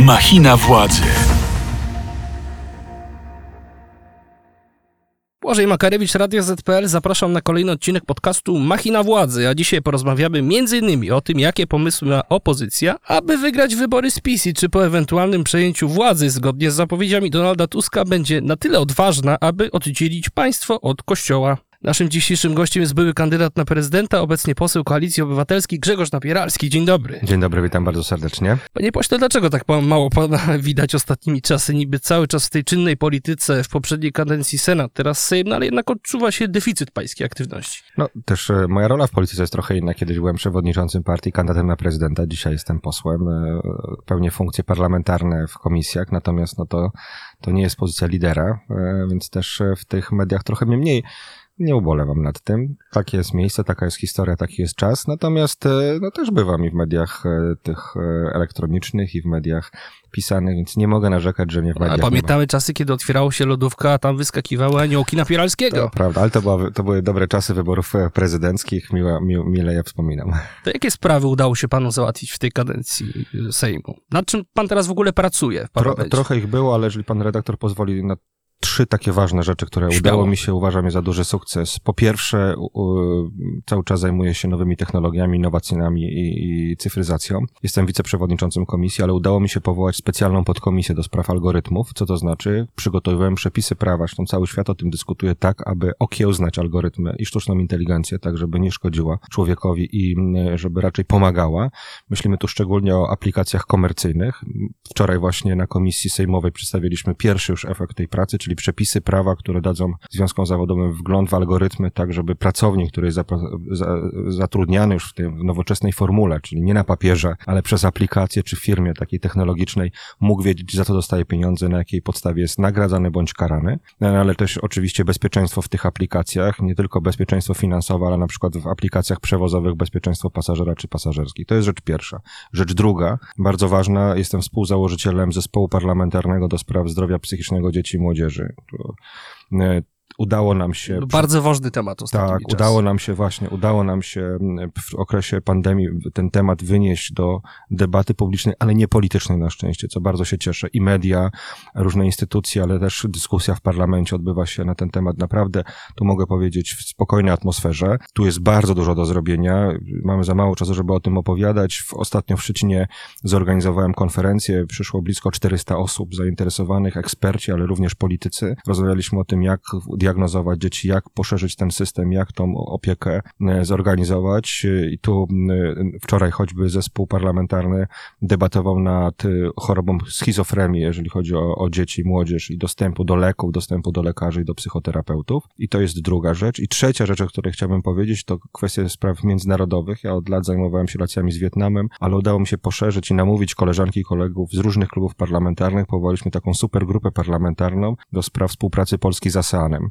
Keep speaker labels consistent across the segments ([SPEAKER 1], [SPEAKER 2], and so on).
[SPEAKER 1] Machina władzy.
[SPEAKER 2] Błażej Makarewicz, Radio ZPL. Zapraszam na kolejny odcinek podcastu Machina władzy, a dzisiaj porozmawiamy m.in. o tym, jakie pomysły ma opozycja, aby wygrać wybory z PiS i czy po ewentualnym przejęciu władzy, zgodnie z zapowiedziami Donalda Tuska, będzie na tyle odważna, aby oddzielić państwo od kościoła. Naszym dzisiejszym gościem jest były kandydat na prezydenta, obecnie poseł Koalicji Obywatelskiej Grzegorz Napieralski. Dzień dobry.
[SPEAKER 3] Dzień dobry, witam bardzo serdecznie.
[SPEAKER 2] Panie pośle, dlaczego tak mało pana widać ostatnimi czasy? Niby cały czas w tej czynnej polityce, w poprzedniej kadencji Senat, teraz Sejm, no ale jednak odczuwa się deficyt pańskiej aktywności.
[SPEAKER 3] No też moja rola w polityce jest trochę inna. Kiedyś byłem przewodniczącym partii, kandydatem na prezydenta, dzisiaj jestem posłem. Pełnię funkcje parlamentarne w komisjach, natomiast to nie jest pozycja lidera, więc też w tych mediach trochę mnie mniej. Nie ubolewam nad tym. Takie jest miejsce, taka jest historia, taki jest czas. Natomiast też bywam i w mediach tych elektronicznych, i w mediach pisanych, więc nie mogę narzekać, że mnie w mediach.
[SPEAKER 2] A pamiętamy czasy, kiedy otwierało się lodówka, a tam wyskakiwały aniołki Napieralskiego.
[SPEAKER 3] To prawda, ale to były dobre czasy wyborów prezydenckich. Mile je wspominam.
[SPEAKER 2] To jakie sprawy udało się panu załatwić w tej kadencji Sejmu? Nad czym pan teraz w ogóle pracuje w parlamencie?
[SPEAKER 3] Trochę ich było, ale jeżeli pan redaktor pozwoli na 3 takie ważne rzeczy, które udało mi się, uważam je za duży sukces. Po pierwsze, cały czas zajmuję się nowymi technologiami, innowacjami i cyfryzacją. Jestem wiceprzewodniczącym komisji, ale udało mi się powołać specjalną podkomisję do spraw algorytmów. Co to znaczy? Przygotowywałem przepisy prawa, zresztą cały świat o tym dyskutuje, tak, aby okiełznać algorytmy i sztuczną inteligencję, tak, żeby nie szkodziła człowiekowi i żeby raczej pomagała. Myślimy tu szczególnie o aplikacjach komercyjnych. Wczoraj właśnie na komisji sejmowej przedstawiliśmy pierwszy już efekt tej pracy, czyli przepisy prawa, które dadzą związkom zawodowym wgląd w algorytmy, tak żeby pracownik, który jest zatrudniany już w nowoczesnej formule, czyli nie na papierze, ale przez aplikację czy firmie takiej technologicznej, mógł wiedzieć, za co dostaje pieniądze, na jakiej podstawie jest nagradzany bądź karany, ale też oczywiście bezpieczeństwo w tych aplikacjach, nie tylko bezpieczeństwo finansowe, ale na przykład w aplikacjach przewozowych bezpieczeństwo pasażera czy pasażerskiej. To jest rzecz pierwsza. Rzecz druga, bardzo ważna, jestem współzałożycielem zespołu parlamentarnego do spraw zdrowia psychicznego dzieci i młodzieży. Udało nam się...
[SPEAKER 2] Bardzo ważny temat ostatnimi czasy.
[SPEAKER 3] Udało nam się w okresie pandemii ten temat wynieść do debaty publicznej, ale nie politycznej na szczęście, co bardzo się cieszę. I media, różne instytucje, ale też dyskusja w parlamencie odbywa się na ten temat naprawdę, tu mogę powiedzieć, w spokojnej atmosferze. Tu jest bardzo dużo do zrobienia. Mamy za mało czasu, żeby o tym opowiadać. Ostatnio w Szczecinie zorganizowałem konferencję. Przyszło blisko 400 osób zainteresowanych, eksperci, ale również politycy. Rozmawialiśmy o tym, jak diagnozować dzieci, jak poszerzyć ten system, jak tą opiekę zorganizować. I tu wczoraj choćby zespół parlamentarny debatował nad chorobą schizofrenii, jeżeli chodzi o dzieci i młodzież i dostępu do leków, dostępu do lekarzy i do psychoterapeutów. I to jest druga rzecz. I trzecia rzecz, o której chciałbym powiedzieć, to kwestia spraw międzynarodowych. Ja od lat zajmowałem się relacjami z Wietnamem, ale udało mi się poszerzyć i namówić koleżanki i kolegów z różnych klubów parlamentarnych. Powołaliśmy taką supergrupę parlamentarną do spraw współpracy Polski z ASEANem.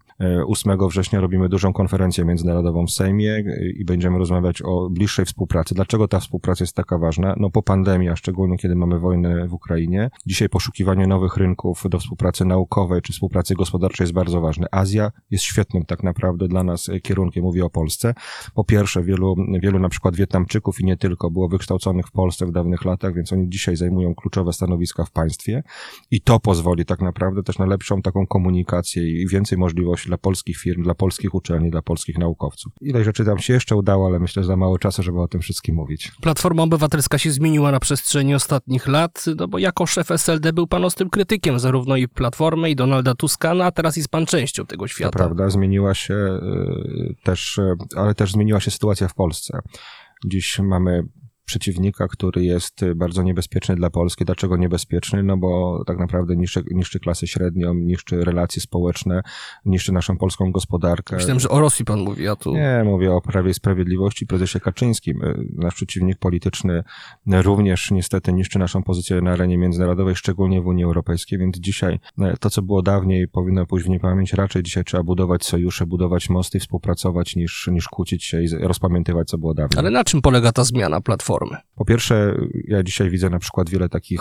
[SPEAKER 3] 8 września robimy dużą konferencję międzynarodową w Sejmie i będziemy rozmawiać o bliższej współpracy. Dlaczego ta współpraca jest taka ważna? No po pandemii, a szczególnie kiedy mamy wojnę w Ukrainie. Dzisiaj poszukiwanie nowych rynków do współpracy naukowej czy współpracy gospodarczej jest bardzo ważne. Azja jest świetnym tak naprawdę dla nas kierunkiem, mówię o Polsce. Po pierwsze, wielu na przykład Wietnamczyków i nie tylko było wykształconych w Polsce w dawnych latach, więc oni dzisiaj zajmują kluczowe stanowiska w państwie i to pozwoli tak naprawdę też na lepszą taką komunikację i więcej możliwości dla polskich firm, dla polskich uczelni, dla polskich naukowców. Ile rzeczy tam się jeszcze udało, ale myślę, że za mało czasu, żeby o tym wszystkim mówić.
[SPEAKER 2] Platforma Obywatelska się zmieniła na przestrzeni ostatnich lat, no bo jako szef SLD był pan ostrym krytykiem zarówno i Platformy, i Donalda Tuska, no a teraz jest pan częścią tego świata.
[SPEAKER 3] To prawda, zmieniła się też, ale też zmieniła się sytuacja w Polsce. Dziś mamy przeciwnika, który jest bardzo niebezpieczny dla Polski. Dlaczego niebezpieczny? No bo tak naprawdę niszczy klasę średnią, niszczy relacje społeczne, niszczy naszą polską gospodarkę.
[SPEAKER 2] Myślałem, że o Rosji pan mówi, a tu...
[SPEAKER 3] Nie, mówię o Prawie i Sprawiedliwości, prezesie Kaczyńskim. Nasz przeciwnik polityczny również niestety niszczy naszą pozycję na arenie międzynarodowej, szczególnie w Unii Europejskiej, więc dzisiaj to, co było dawniej, powinno pójść w niepamięć. Raczej dzisiaj trzeba budować sojusze, budować mosty, współpracować, niż kłócić się i rozpamiętywać, co było dawniej.
[SPEAKER 2] Ale na czym polega ta zmiana Platformy? Platformy?
[SPEAKER 3] Po pierwsze, ja dzisiaj widzę na przykład wiele takich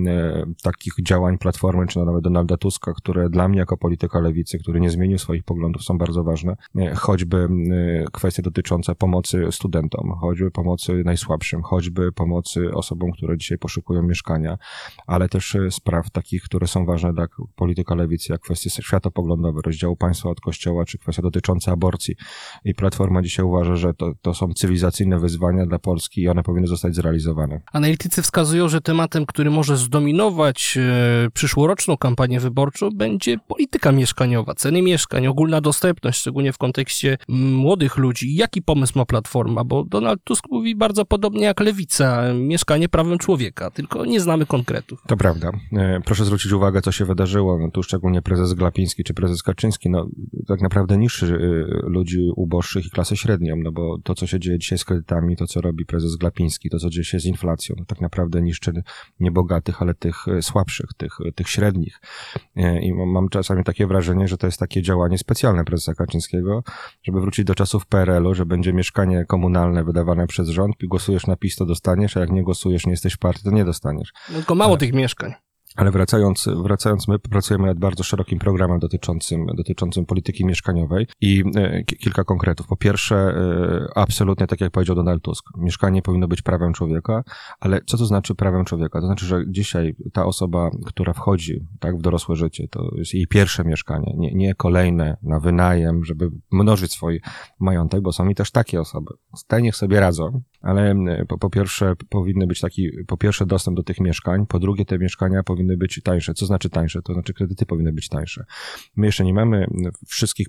[SPEAKER 3] działań Platformy, czy nawet Donalda Tuska, które dla mnie jako polityka lewicy, który nie zmienił swoich poglądów, są bardzo ważne. Choćby kwestie dotyczące pomocy studentom, choćby pomocy najsłabszym, choćby pomocy osobom, które dzisiaj poszukują mieszkania, ale też spraw takich, które są ważne dla polityka lewicy, jak kwestie światopoglądowe, rozdziału państwa od kościoła, czy kwestia dotycząca aborcji. I Platforma dzisiaj uważa, że to są cywilizacyjne wyzwania dla Polski i one powinny zostać zrealizowane.
[SPEAKER 2] Analitycy wskazują, że tematem, który może zdominować przyszłoroczną kampanię wyborczą, będzie polityka mieszkaniowa, ceny mieszkań, ogólna dostępność, szczególnie w kontekście młodych ludzi. Jaki pomysł ma Platforma? Bo Donald Tusk mówi bardzo podobnie jak Lewica, mieszkanie prawem człowieka, tylko nie znamy konkretów.
[SPEAKER 3] To prawda. Proszę zwrócić uwagę, co się wydarzyło. No tu szczególnie prezes Glapiński czy prezes Kaczyński, tak naprawdę niższy ludzi uboższych i klasę średnią, bo to, co się dzieje dzisiaj z kredytami, to, co robi prezes Glapiński, to, co dzieje się z inflacją, tak naprawdę niszczy nie bogatych, ale tych słabszych, tych średnich. I mam czasami takie wrażenie, że to jest takie działanie specjalne prezesa Kaczyńskiego, żeby wrócić do czasów PRL-u, że będzie mieszkanie komunalne wydawane przez rząd, głosujesz na PiS, to dostaniesz, a jak nie głosujesz, nie jesteś w partii, to nie dostaniesz.
[SPEAKER 2] No, tylko mało tych mieszkań.
[SPEAKER 3] Ale wracając, my pracujemy nad bardzo szerokim programem dotyczącym polityki mieszkaniowej i kilka konkretów. Po pierwsze, absolutnie tak jak powiedział Donald Tusk, mieszkanie powinno być prawem człowieka, ale co to znaczy prawem człowieka? To znaczy, że dzisiaj ta osoba, która wchodzi w dorosłe życie, to jest jej pierwsze mieszkanie, nie kolejne na wynajem, żeby mnożyć swój majątek, bo są i też takie osoby. Te niech sobie radzą, ale po pierwsze powinny być po pierwsze dostęp do tych mieszkań, po drugie te mieszkania powinny być tańsze. Co znaczy tańsze? To znaczy kredyty powinny być tańsze. My jeszcze nie mamy wszystkich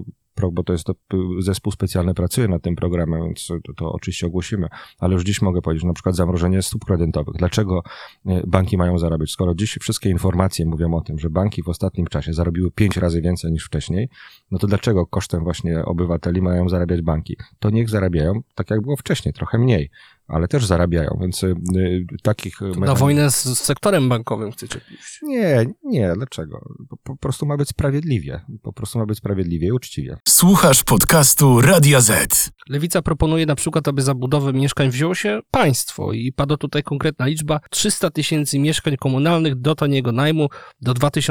[SPEAKER 3] bo zespół specjalny pracuje nad tym programem, więc to oczywiście ogłosimy, ale już dziś mogę powiedzieć, że na przykład zamrożenie stóp kredytowych. Dlaczego banki mają zarabiać? Skoro dziś wszystkie informacje mówią o tym, że banki w ostatnim czasie zarobiły 5 razy więcej niż wcześniej, no to dlaczego kosztem właśnie obywateli mają zarabiać banki? To niech zarabiają tak jak było wcześniej, trochę mniej, ale też zarabiają, więc takich...
[SPEAKER 2] Na wojnę z sektorem bankowym chcecie pójść?
[SPEAKER 3] Nie, dlaczego? Po prostu ma być sprawiedliwie. Po prostu ma być sprawiedliwie i uczciwie.
[SPEAKER 1] Słuchasz podcastu Radia Z.
[SPEAKER 2] Lewica proponuje na przykład, aby za budowę mieszkań wzięło się państwo i padła tutaj konkretna liczba 300 000 mieszkań komunalnych do taniego najmu do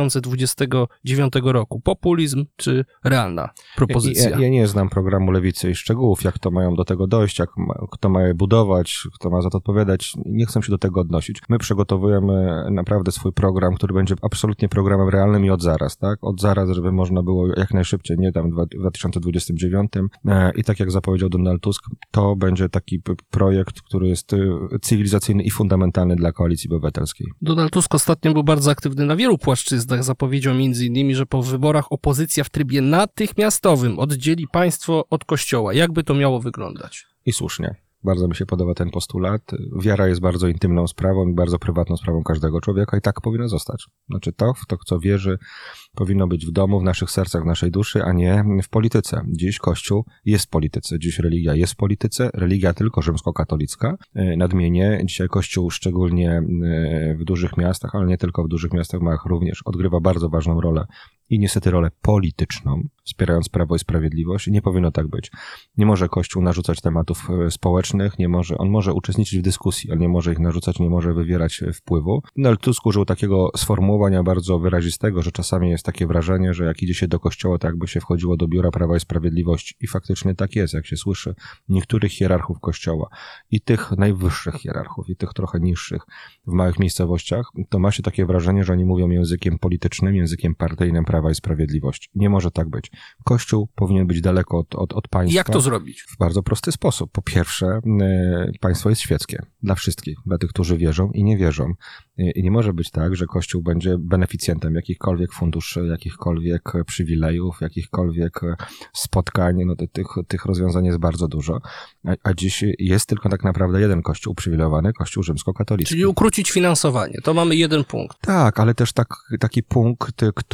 [SPEAKER 2] 2029 roku. Populizm czy realna propozycja?
[SPEAKER 3] Ja nie znam programu Lewicy i szczegółów, jak to mają do tego dojść, kto ma je budować, kto ma za to odpowiadać. Nie chcę się do tego odnosić. My przygotowujemy naprawdę swój program, który będzie absolutnie programem realnym i od zaraz, tak? Od zaraz, żeby można było jak najszybciej, nie tam w 2029 i tak jak zapowiedział Donald Tusk, to będzie taki projekt, który jest cywilizacyjny i fundamentalny dla Koalicji Obywatelskiej.
[SPEAKER 2] Donald Tusk ostatnio był bardzo aktywny na wielu płaszczyznach. Zapowiedział m.in., że po wyborach opozycja w trybie natychmiastowym oddzieli państwo od kościoła. Jakby to miało wyglądać?
[SPEAKER 3] I słusznie. Bardzo mi się podoba ten postulat. Wiara jest bardzo intymną sprawą i bardzo prywatną sprawą każdego człowieka i tak powinno zostać. Znaczy to, w to, co wierzy, powinno być w domu, w naszych sercach, w naszej duszy, a nie w polityce. Dziś Kościół jest w polityce, dziś religia jest w polityce, religia tylko rzymskokatolicka. Nadmienię, dzisiaj Kościół szczególnie w dużych miastach, ale nie tylko w dużych miastach, małych również, odgrywa bardzo ważną rolę i niestety rolę polityczną, wspierając Prawo i Sprawiedliwość. Nie powinno tak być. Nie może Kościół narzucać tematów społecznych, on może uczestniczyć w dyskusji, ale nie może ich narzucać, nie może wywierać wpływu. Donald Tusk użył takiego sformułowania bardzo wyrazistego, że czasami jest takie wrażenie, że jak idzie się do kościoła, to jakby się wchodziło do biura Prawa i Sprawiedliwości. I faktycznie tak jest, jak się słyszy niektórych hierarchów kościoła i tych najwyższych hierarchów, i tych trochę niższych w małych miejscowościach, to ma się takie wrażenie, że oni mówią językiem politycznym, językiem partyjnym Prawa i Sprawiedliwości. Nie może tak być. Kościół powinien być daleko od państwa.
[SPEAKER 2] Jak to zrobić?
[SPEAKER 3] W bardzo prosty sposób. Po pierwsze, państwo jest świeckie. Dla wszystkich. Dla tych, którzy wierzą i nie wierzą. I nie może być tak, że Kościół będzie beneficjentem jakichkolwiek funduszy, jakichkolwiek przywilejów, jakichkolwiek spotkań. No tych rozwiązań jest bardzo dużo. A dziś jest tylko tak naprawdę jeden Kościół uprzywilejowany, Kościół rzymskokatolicki.
[SPEAKER 2] Czyli ukrócić finansowanie. To mamy jeden punkt.
[SPEAKER 3] Tak, ale też taki punkt, który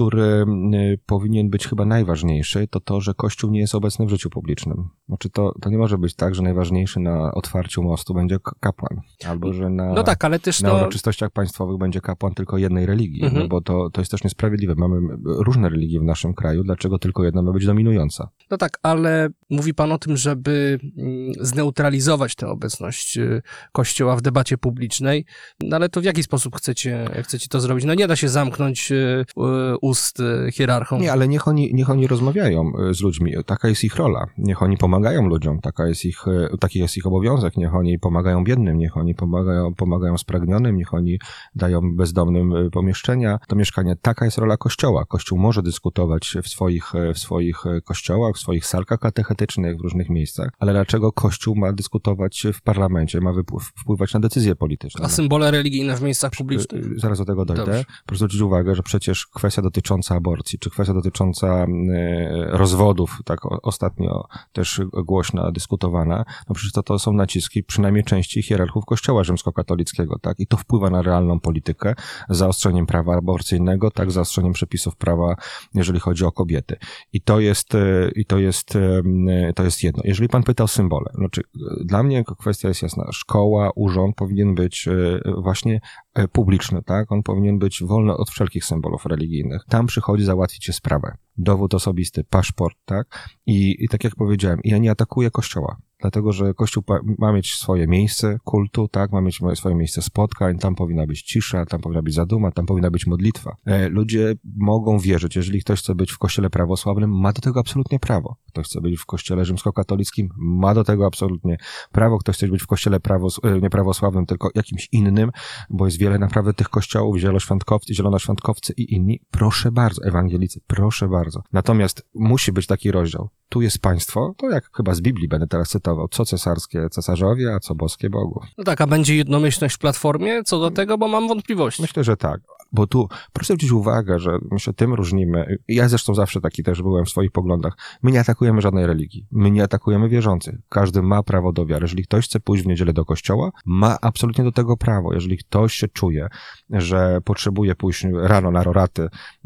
[SPEAKER 3] powinien być chyba najważniejszy, to, że Kościół nie jest obecny w życiu publicznym. Znaczy to nie może być tak, że najważniejszy na otwarciu mostu będzie kapłan, albo że
[SPEAKER 2] No tak, ale też
[SPEAKER 3] na uroczystościach państwowych będzie kapłan tylko jednej religii, no bo to jest też niesprawiedliwe. Mamy różne religie w naszym kraju, dlaczego tylko jedna ma być dominująca?
[SPEAKER 2] No tak, ale mówi pan o tym, żeby zneutralizować tę obecność Kościoła w debacie publicznej, no ale to w jaki sposób chcecie to zrobić? No nie da się zamknąć ust hierarchom.
[SPEAKER 3] Nie, ale niech oni rozmawiają z ludźmi. Taka jest ich rola. Niech oni pomagają ludziom. Taki jest ich obowiązek. Niech oni pomagają biednym, niech oni pomagają spragnionym, niech oni dają bezdomnym pomieszczenia do mieszkania. Taka jest rola Kościoła. Kościół może dyskutować w swoich kościołach, w swoich salkach katechetycznych, w różnych miejscach, ale dlaczego Kościół ma dyskutować w parlamencie, ma wpływać na decyzje polityczne?
[SPEAKER 2] A symbole religijne w miejscach publicznych?
[SPEAKER 3] Zaraz do tego dojdę.
[SPEAKER 2] Dobrze.
[SPEAKER 3] Proszę zwrócić uwagę, że przecież kwestia dotycząca aborcji, czy kwestia dotycząca rozwodów, tak ostatnio też głośno dyskutowana, no przecież to są naciski przynajmniej części hierarchów Kościoła rzymskokatolickiego, tak? I to wpływa na realną politykę, zaostrzeniem prawa aborcyjnego, tak, zaostrzeniem przepisów prawa, jeżeli chodzi o kobiety. I to jest jedno. Jeżeli pan pyta o symbole, znaczy dla mnie kwestia jest jasna. Szkoła, urząd powinien być właśnie publiczny, tak? On powinien być wolny od wszelkich symbolów religijnych. Tam przychodzi załatwić się sprawę. Dowód osobisty, paszport, tak? I tak jak powiedziałem, ja nie atakuję Kościoła, dlatego że Kościół ma mieć swoje miejsce kultu, tak? Ma mieć swoje miejsce spotkań, tam powinna być cisza, tam powinna być zaduma, tam powinna być modlitwa. Ludzie mogą wierzyć, jeżeli ktoś chce być w Kościele prawosławnym, ma do tego absolutnie prawo. Ktoś chce być w Kościele rzymskokatolickim, ma do tego absolutnie prawo. Ktoś chce być w Kościele nieprawosławnym, tylko jakimś innym, bo jest wiele naprawdę tych kościołów, zielonoświątkowcy i inni. Proszę bardzo, ewangelicy, proszę bardzo. Natomiast musi być taki rozdział. Tu jest państwo, to jak chyba z Biblii będę teraz cytował, co cesarskie cesarzowi, a co boskie Bogu.
[SPEAKER 2] No tak, a będzie jednomyślność w Platformie co do tego, bo mam wątpliwości.
[SPEAKER 3] Myślę, że tak. Bo tu proszę zwrócić uwagę, że my się tym różnimy. Ja zresztą zawsze taki też byłem w swoich poglądach. My nie atakujemy żadnej religii. My nie atakujemy wierzących. Każdy ma prawo do wiary. Jeżeli ktoś chce pójść w niedzielę do kościoła, ma absolutnie do tego prawo. Jeżeli ktoś się czuje, że potrzebuje pójść rano na roraty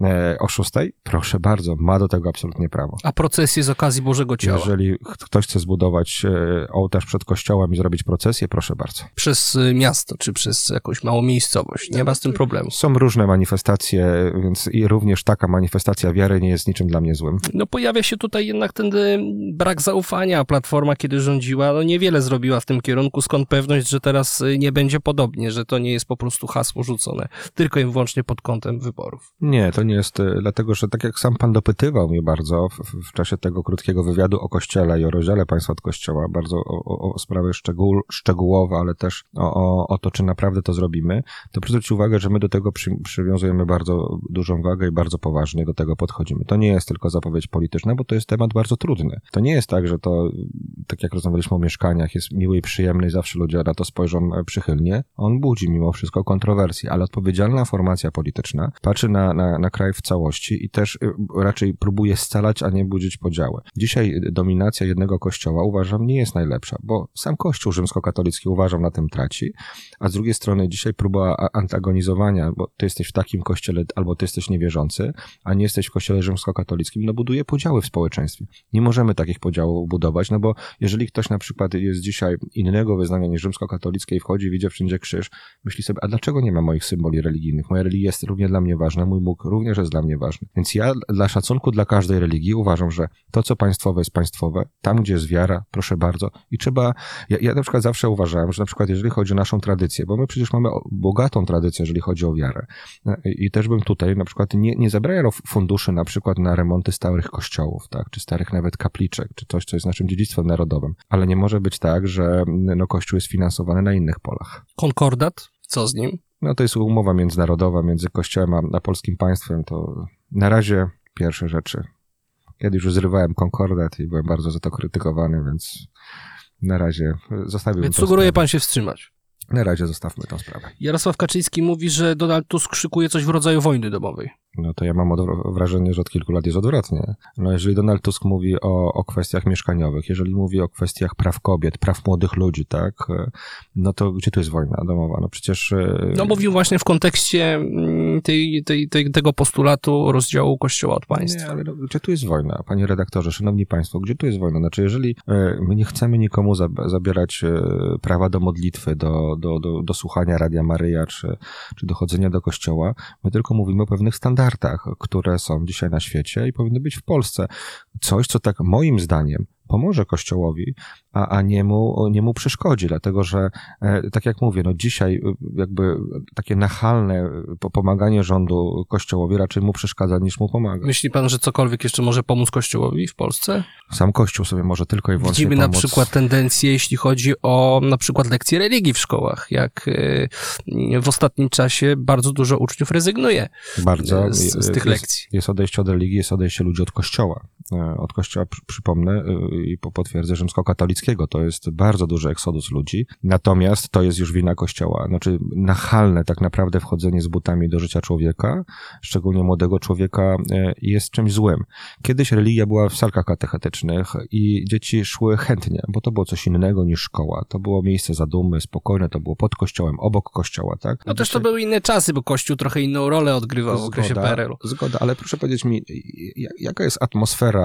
[SPEAKER 3] o 6:00, proszę bardzo, ma do tego absolutnie prawo.
[SPEAKER 2] A procesję z okazji Bożego Ciała?
[SPEAKER 3] Jeżeli ktoś chce zbudować ołtarz przed kościołem i zrobić procesję, proszę bardzo.
[SPEAKER 2] Przez miasto, czy przez jakąś małą miejscowość. Nie ma z tym problemu.
[SPEAKER 3] Są różne manifestacje, więc i również taka manifestacja wiary nie jest niczym dla mnie złym.
[SPEAKER 2] No pojawia się tutaj jednak ten brak zaufania. Platforma, kiedy rządziła, no niewiele zrobiła w tym kierunku. Skąd pewność, że teraz nie będzie podobnie, że to nie jest po prostu hasło rzucone tylko i wyłącznie pod kątem wyborów?
[SPEAKER 3] Nie, to nie jest, dlatego że tak jak sam pan dopytywał mnie bardzo w czasie tego krótkiego wywiadu o Kościele i o rozdziale państwa od Kościoła, bardzo o sprawy szczegółowe, ale też o to, czy naprawdę to zrobimy, to proszę zwrócić uwagę, że my do tego przywiązujemy bardzo dużą wagę i bardzo poważnie do tego podchodzimy. To nie jest tylko zapowiedź polityczna, bo to jest temat bardzo trudny. To nie jest tak, że to, tak jak rozmawialiśmy o mieszkaniach, jest miły i przyjemny i zawsze ludzie na to spojrzą przychylnie. On budzi mimo wszystko kontrowersje, ale odpowiedzialna formacja polityczna patrzy na kraj w całości i też raczej próbuje scalać, a nie budzić podziały. Dzisiaj dominacja jednego kościoła, uważam, nie jest najlepsza, bo sam Kościół rzymskokatolicki, uważam, na tym traci, a z drugiej strony dzisiaj próba antagonizowania, bo ty jesteś w takim kościele, albo ty jesteś niewierzący, a nie jesteś w kościele rzymskokatolickim, no buduje podziały w społeczeństwie. Nie możemy takich podziałów budować, no bo jeżeli ktoś na przykład jest dzisiaj innego wyznania niż rzymskokatolickie i wchodzi i widzi wszędzie krzyż, myśli sobie, a dlaczego nie ma moich symboli religijnych? Moja religia jest równie dla mnie ważna, mój Bóg również jest dla mnie ważny. Więc ja dla szacunku dla każdej religii uważam, że to, co państwowe jest państwowe, tam, gdzie jest wiara, proszę bardzo. I trzeba, ja na przykład zawsze uważałem, że na przykład jeżeli chodzi o naszą tradycję, bo my przecież mamy bogatą tradycję, jeżeli chodzi o wiarę. I też bym tutaj na przykład nie zabrał funduszy na przykład na remonty starych kościołów, tak, czy starych nawet kapliczek, czy coś, co jest naszym dziedzictwem narodowym. Ale nie może być tak, że Kościół jest finansowany na innych polach.
[SPEAKER 2] Konkordat? Co z nim?
[SPEAKER 3] No to jest umowa międzynarodowa między Kościołem a polskim państwem. To na razie pierwsze rzeczy. Kiedyś już zrywałem konkordat i byłem bardzo za to krytykowany, więc na razie zostawiłbym.
[SPEAKER 2] Więc sugeruje pan się wstrzymać.
[SPEAKER 3] Na razie zostawmy tę sprawę.
[SPEAKER 2] Jarosław Kaczyński mówi, że Donald Tusk szykuje coś w rodzaju wojny domowej.
[SPEAKER 3] no to ja mam wrażenie, że od kilku lat jest odwrotnie. No jeżeli Donald Tusk mówi o kwestiach mieszkaniowych, jeżeli mówi o kwestiach praw kobiet, praw młodych ludzi, tak, no to gdzie tu jest wojna domowa? No przecież...
[SPEAKER 2] No mówił właśnie w kontekście tego postulatu rozdziału Kościoła od państwa.
[SPEAKER 3] Nie, ale no, gdzie tu jest wojna? Panie redaktorze, szanowni państwo, gdzie tu jest wojna? Znaczy, jeżeli my nie chcemy nikomu zabierać prawa do modlitwy, do słuchania Radia Maryja, czy do chodzenia do kościoła, my tylko mówimy o pewnych standardach, które są dzisiaj na świecie i powinny być w Polsce. Coś, co tak moim zdaniem pomoże Kościołowi, a nie mu przeszkodzi, dlatego że, tak jak mówię, no dzisiaj jakby takie nachalne pomaganie rządu Kościołowi raczej mu przeszkadza, niż mu pomaga.
[SPEAKER 2] Myśli pan, że cokolwiek jeszcze może pomóc Kościołowi w Polsce?
[SPEAKER 3] Sam Kościół sobie może tylko i wyłącznie
[SPEAKER 2] Widzimy
[SPEAKER 3] pomóc.
[SPEAKER 2] na przykład tendencje, jeśli chodzi o na przykład lekcje religii w szkołach, jak w ostatnim czasie bardzo dużo uczniów rezygnuje z tych lekcji.
[SPEAKER 3] Jest odejście od religii, jest odejście ludzi od Kościoła. Od Kościoła, przypomnę i potwierdzę, rzymskokatolickiego. To jest bardzo duży eksodus ludzi. Natomiast to jest już wina Kościoła. Znaczy nachalne tak naprawdę wchodzenie z butami do życia człowieka, szczególnie młodego człowieka, jest czymś złym. Kiedyś religia była w salkach katechetycznych i dzieci szły chętnie, bo to było coś innego niż szkoła. To było miejsce zadumy, spokojne, to było pod kościołem, obok kościoła, tak?
[SPEAKER 2] No też to były inne czasy, bo Kościół trochę inną rolę odgrywał w okresie PRL-u.
[SPEAKER 3] Zgoda, ale proszę powiedzieć mi, jaka jest atmosfera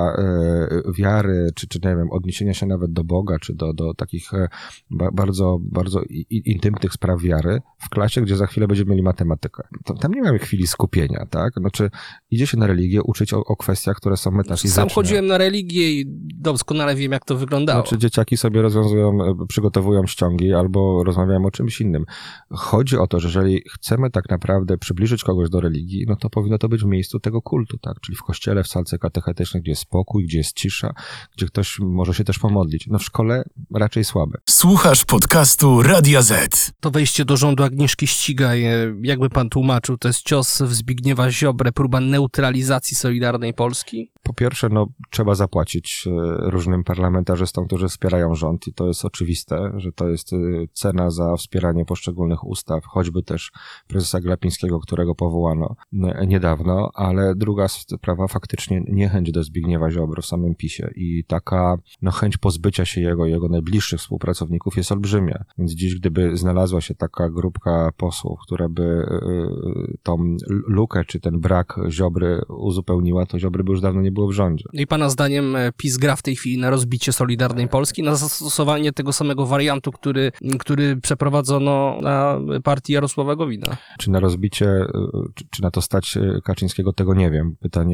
[SPEAKER 3] wiary, czy nie wiem, odniesienia się nawet do Boga, czy do takich bardzo, bardzo intymnych spraw wiary w klasie, gdzie za chwilę będziemy mieli matematykę. Tam nie mamy chwili skupienia, tak? Znaczy, idzie się na religię uczyć o kwestiach, które są metafizyczne.
[SPEAKER 2] Sam chodziłem na religię i doskonale wiem, jak to wyglądało.
[SPEAKER 3] Znaczy, dzieciaki sobie przygotowują ściągi albo rozmawiają o czymś innym. Chodzi o to, że jeżeli chcemy tak naprawdę przybliżyć kogoś do religii, no to powinno to być w miejscu tego kultu, tak? Czyli w kościele, w salce katechetycznej, gdzie jest spokój, gdzie jest cisza, gdzie ktoś może się też pomodlić. No w szkole raczej słabe.
[SPEAKER 1] Słuchasz podcastu Radia Z.
[SPEAKER 2] To wejście do rządu Agnieszki Ścigaj, jakby pan tłumaczył, to jest cios w Zbigniewa Ziobrę, próba neutralizacji Solidarnej Polski?
[SPEAKER 3] Po pierwsze, no trzeba zapłacić różnym parlamentarzystom, którzy wspierają rząd i to jest oczywiste, że to jest cena za wspieranie poszczególnych ustaw, choćby też prezesa Glapińskiego, którego powołano niedawno, ale druga sprawa faktycznie niechęć do Zbigniewa Ziobry w samym PiS-ie i taka chęć pozbycia się jego najbliższych współpracowników jest olbrzymia. Więc dziś, gdyby znalazła się taka grupka posłów, która by tą lukę, czy ten brak Ziobry uzupełniła, to Ziobry by już dawno nie było w rządzie.
[SPEAKER 2] I pana zdaniem PiS gra w tej chwili na rozbicie Solidarnej Polski, na zastosowanie tego samego wariantu, który przeprowadzono na partii Jarosława Gowina?
[SPEAKER 3] Czy na rozbicie, czy na to stać Kaczyńskiego, tego nie wiem. Pytanie,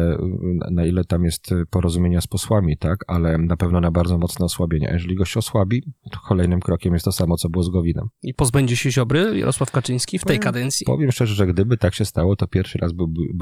[SPEAKER 3] na ile tam jest porozumienia z posłami, tak? Ale na pewno na bardzo mocne osłabienie. A jeżeli go się osłabi, to kolejnym krokiem jest to samo, co było z Gowinem.
[SPEAKER 2] I pozbędzie się Ziobry Jarosław Kaczyński w tej kadencji?
[SPEAKER 3] Powiem szczerze, że gdyby tak się stało, to pierwszy raz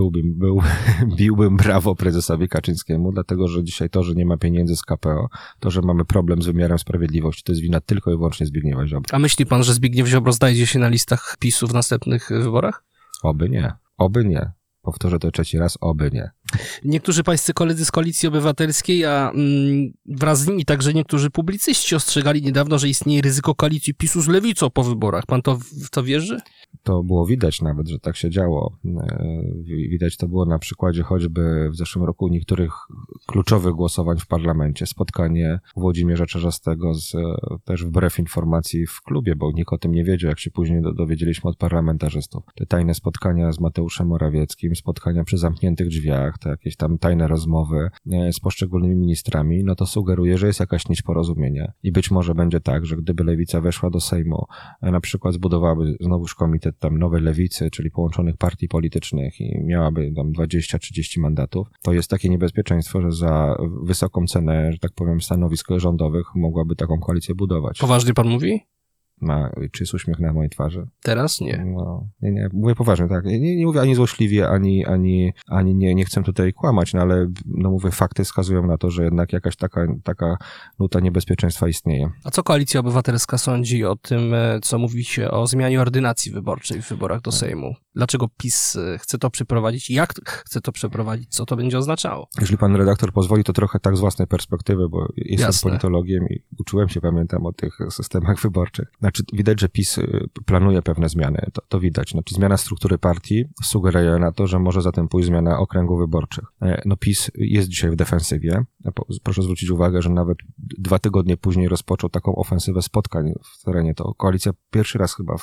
[SPEAKER 3] biłbym brawo prezesowi Kaczyńskiemu, dlatego, że dzisiaj to, że nie ma pieniędzy z KPO, to, że mamy problem z wymiarem sprawiedliwości, to jest wina tylko i wyłącznie Zbigniewa Ziobry.
[SPEAKER 2] A myśli pan, że Zbigniew Ziobro znajdzie się na listach PiS-u w następnych wyborach?
[SPEAKER 3] Oby nie. Oby nie. Powtórzę to trzeci raz, oby nie.
[SPEAKER 2] Niektórzy pańscy koledzy z Koalicji Obywatelskiej, a wraz z nimi także niektórzy publicyści ostrzegali niedawno, że istnieje ryzyko koalicji PiS-u z Lewicą po wyborach. Pan w to wierzy?
[SPEAKER 3] To było widać nawet, że tak się działo. Widać to było na przykładzie choćby w zeszłym roku niektórych kluczowych głosowań w parlamencie. Spotkanie Włodzimierza Czarzastego też wbrew informacji w klubie, bo nikt o tym nie wiedział, jak się później dowiedzieliśmy od parlamentarzystów. Te tajne spotkania z Mateuszem Morawieckim, spotkania przy zamkniętych drzwiach, te jakieś tam tajne rozmowy z poszczególnymi ministrami, no to sugeruje, że jest jakaś nić porozumienia. I być może będzie tak, że gdyby Lewica weszła do Sejmu, na przykład zbudowałaby znowuż komitet tam nowej Lewicy, czyli połączonych partii politycznych i miałaby tam 20-30 mandatów, to jest takie niebezpieczeństwo, że za wysoką cenę, że tak powiem, stanowisk rządowych mogłaby taką koalicję budować.
[SPEAKER 2] Poważnie pan mówi?
[SPEAKER 3] Czy jest uśmiech na mojej twarzy?
[SPEAKER 2] Teraz nie.
[SPEAKER 3] No, nie, mówię poważnie, tak. Nie mówię ani złośliwie, ani nie chcę tutaj kłamać, no ale mówię, fakty wskazują na to, że jednak jakaś taka nuta niebezpieczeństwa istnieje.
[SPEAKER 2] A co Koalicja Obywatelska sądzi o tym, co mówi się o zmianie ordynacji wyborczej w wyborach do Sejmu? Dlaczego PiS chce to przeprowadzić? Jak chce to przeprowadzić? Co to będzie oznaczało?
[SPEAKER 3] Jeśli pan redaktor pozwoli, to trochę tak z własnej perspektywy, bo jestem politologiem i uczyłem się, pamiętam, o tych systemach wyborczych. Znaczy, widać, że PiS planuje pewne zmiany. To widać. Znaczy, zmiana struktury partii sugeruje na to, że może za tym pójść zmiana okręgów wyborczych. No PiS jest dzisiaj w defensywie. Proszę zwrócić uwagę, że nawet 2 tygodnie później rozpoczął taką ofensywę spotkań w terenie. To koalicja pierwszy raz chyba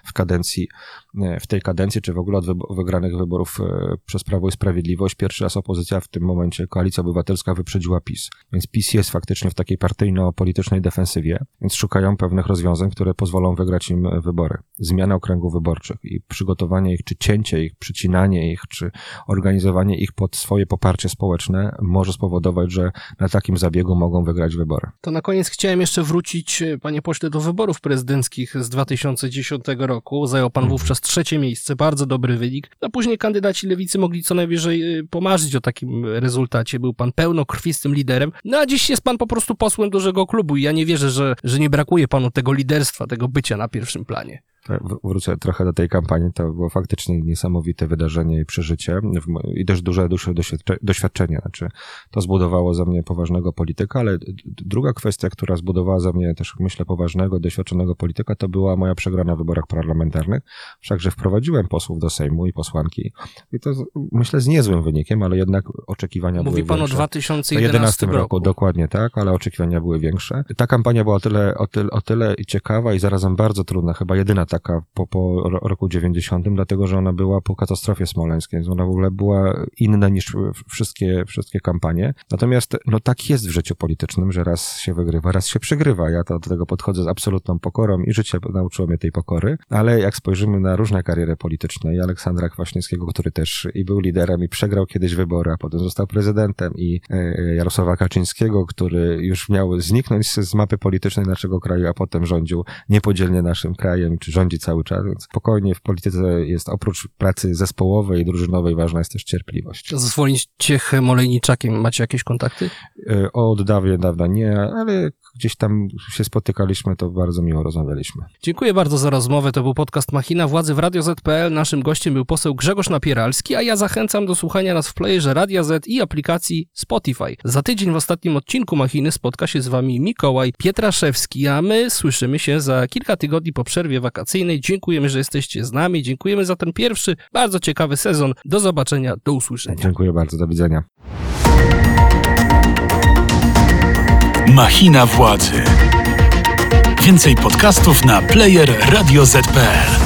[SPEAKER 3] w tej kadencji, czy w ogóle od wygranych wyborów przez Prawo i Sprawiedliwość, pierwszy raz opozycja, w tym momencie Koalicja Obywatelska, wyprzedziła PiS. Więc PiS jest faktycznie w takiej partyjno-politycznej defensywie, więc szukają pewnych rozwiązań, które pozwolą wygrać im wybory. Zmiana okręgów wyborczych i przygotowanie ich, czy cięcie ich, przycinanie ich, czy organizowanie ich pod swoje poparcie społeczne może spowodować, że na takim zabiegu mogą wygrać wybory.
[SPEAKER 2] To na koniec chciałem jeszcze wrócić, panie pośle, do wyborów prezydenckich z 2010 roku. Zajął pan wówczas 3. miejsce, bardzo dobry wynik. A później kandydaci lewicy mogli co najwyżej pomarzyć o takim rezultacie. Był pan pełnokrwistym liderem. No a dziś jest pan po prostu posłem dużego klubu i ja nie wierzę, że nie brakuje panu tego liderstwa, tego bycia na pierwszym planie.
[SPEAKER 3] Wrócę trochę do tej kampanii. To było faktycznie niesamowite wydarzenie i przeżycie i też duże doświadczenie. Znaczy, to zbudowało ze mnie poważnego polityka, ale druga kwestia, która zbudowała ze mnie też, myślę, poważnego, doświadczonego polityka, to była moja przegrana w wyborach parlamentarnych. Wszakże wprowadziłem posłów do Sejmu i posłanki. I to, myślę, z niezłym wynikiem, ale jednak oczekiwania były większe.
[SPEAKER 2] Mówi pan o 2011 roku.
[SPEAKER 3] Dokładnie tak, ale oczekiwania były większe. Ta kampania była o tyle ciekawa i zarazem bardzo trudna, chyba jedyna taka po roku 90, dlatego, że ona była po katastrofie smoleńskiej. Ona w ogóle była inna niż wszystkie kampanie. Natomiast no tak jest w życiu politycznym, że raz się wygrywa, raz się przegrywa. Ja do tego podchodzę z absolutną pokorą i życie nauczyło mnie tej pokory, ale jak spojrzymy na różne kariery polityczne i Aleksandra Kwaśniewskiego, który też i był liderem i przegrał kiedyś wybory, a potem został prezydentem, i Jarosława Kaczyńskiego, który już miał zniknąć z mapy politycznej naszego kraju, a potem rządził niepodzielnie naszym krajem, czy rządzi cały czas, więc spokojnie w polityce jest oprócz pracy zespołowej i drużynowej ważna jest też cierpliwość.
[SPEAKER 2] Z Wojciechem Olejniczakiem macie jakieś kontakty?
[SPEAKER 3] Od dawna nie, ale gdzieś tam się spotykaliśmy, to bardzo miło rozmawialiśmy.
[SPEAKER 2] Dziękuję bardzo za rozmowę. To był podcast Machina Władzy w Radio Z.pl. Naszym gościem był poseł Grzegorz Napieralski, a ja zachęcam do słuchania nas w playerze Radia Z i aplikacji Spotify. Za tydzień w ostatnim odcinku Machiny spotka się z wami Mikołaj Pietraszewski, a my słyszymy się za kilka tygodni po przerwie wakacyjnej. Dziękujemy, że jesteście z nami. Dziękujemy za ten pierwszy, bardzo ciekawy sezon. Do zobaczenia, do usłyszenia.
[SPEAKER 3] Dziękuję bardzo, do widzenia.
[SPEAKER 1] Machina Władzy. Więcej podcastów na player radioz.pl.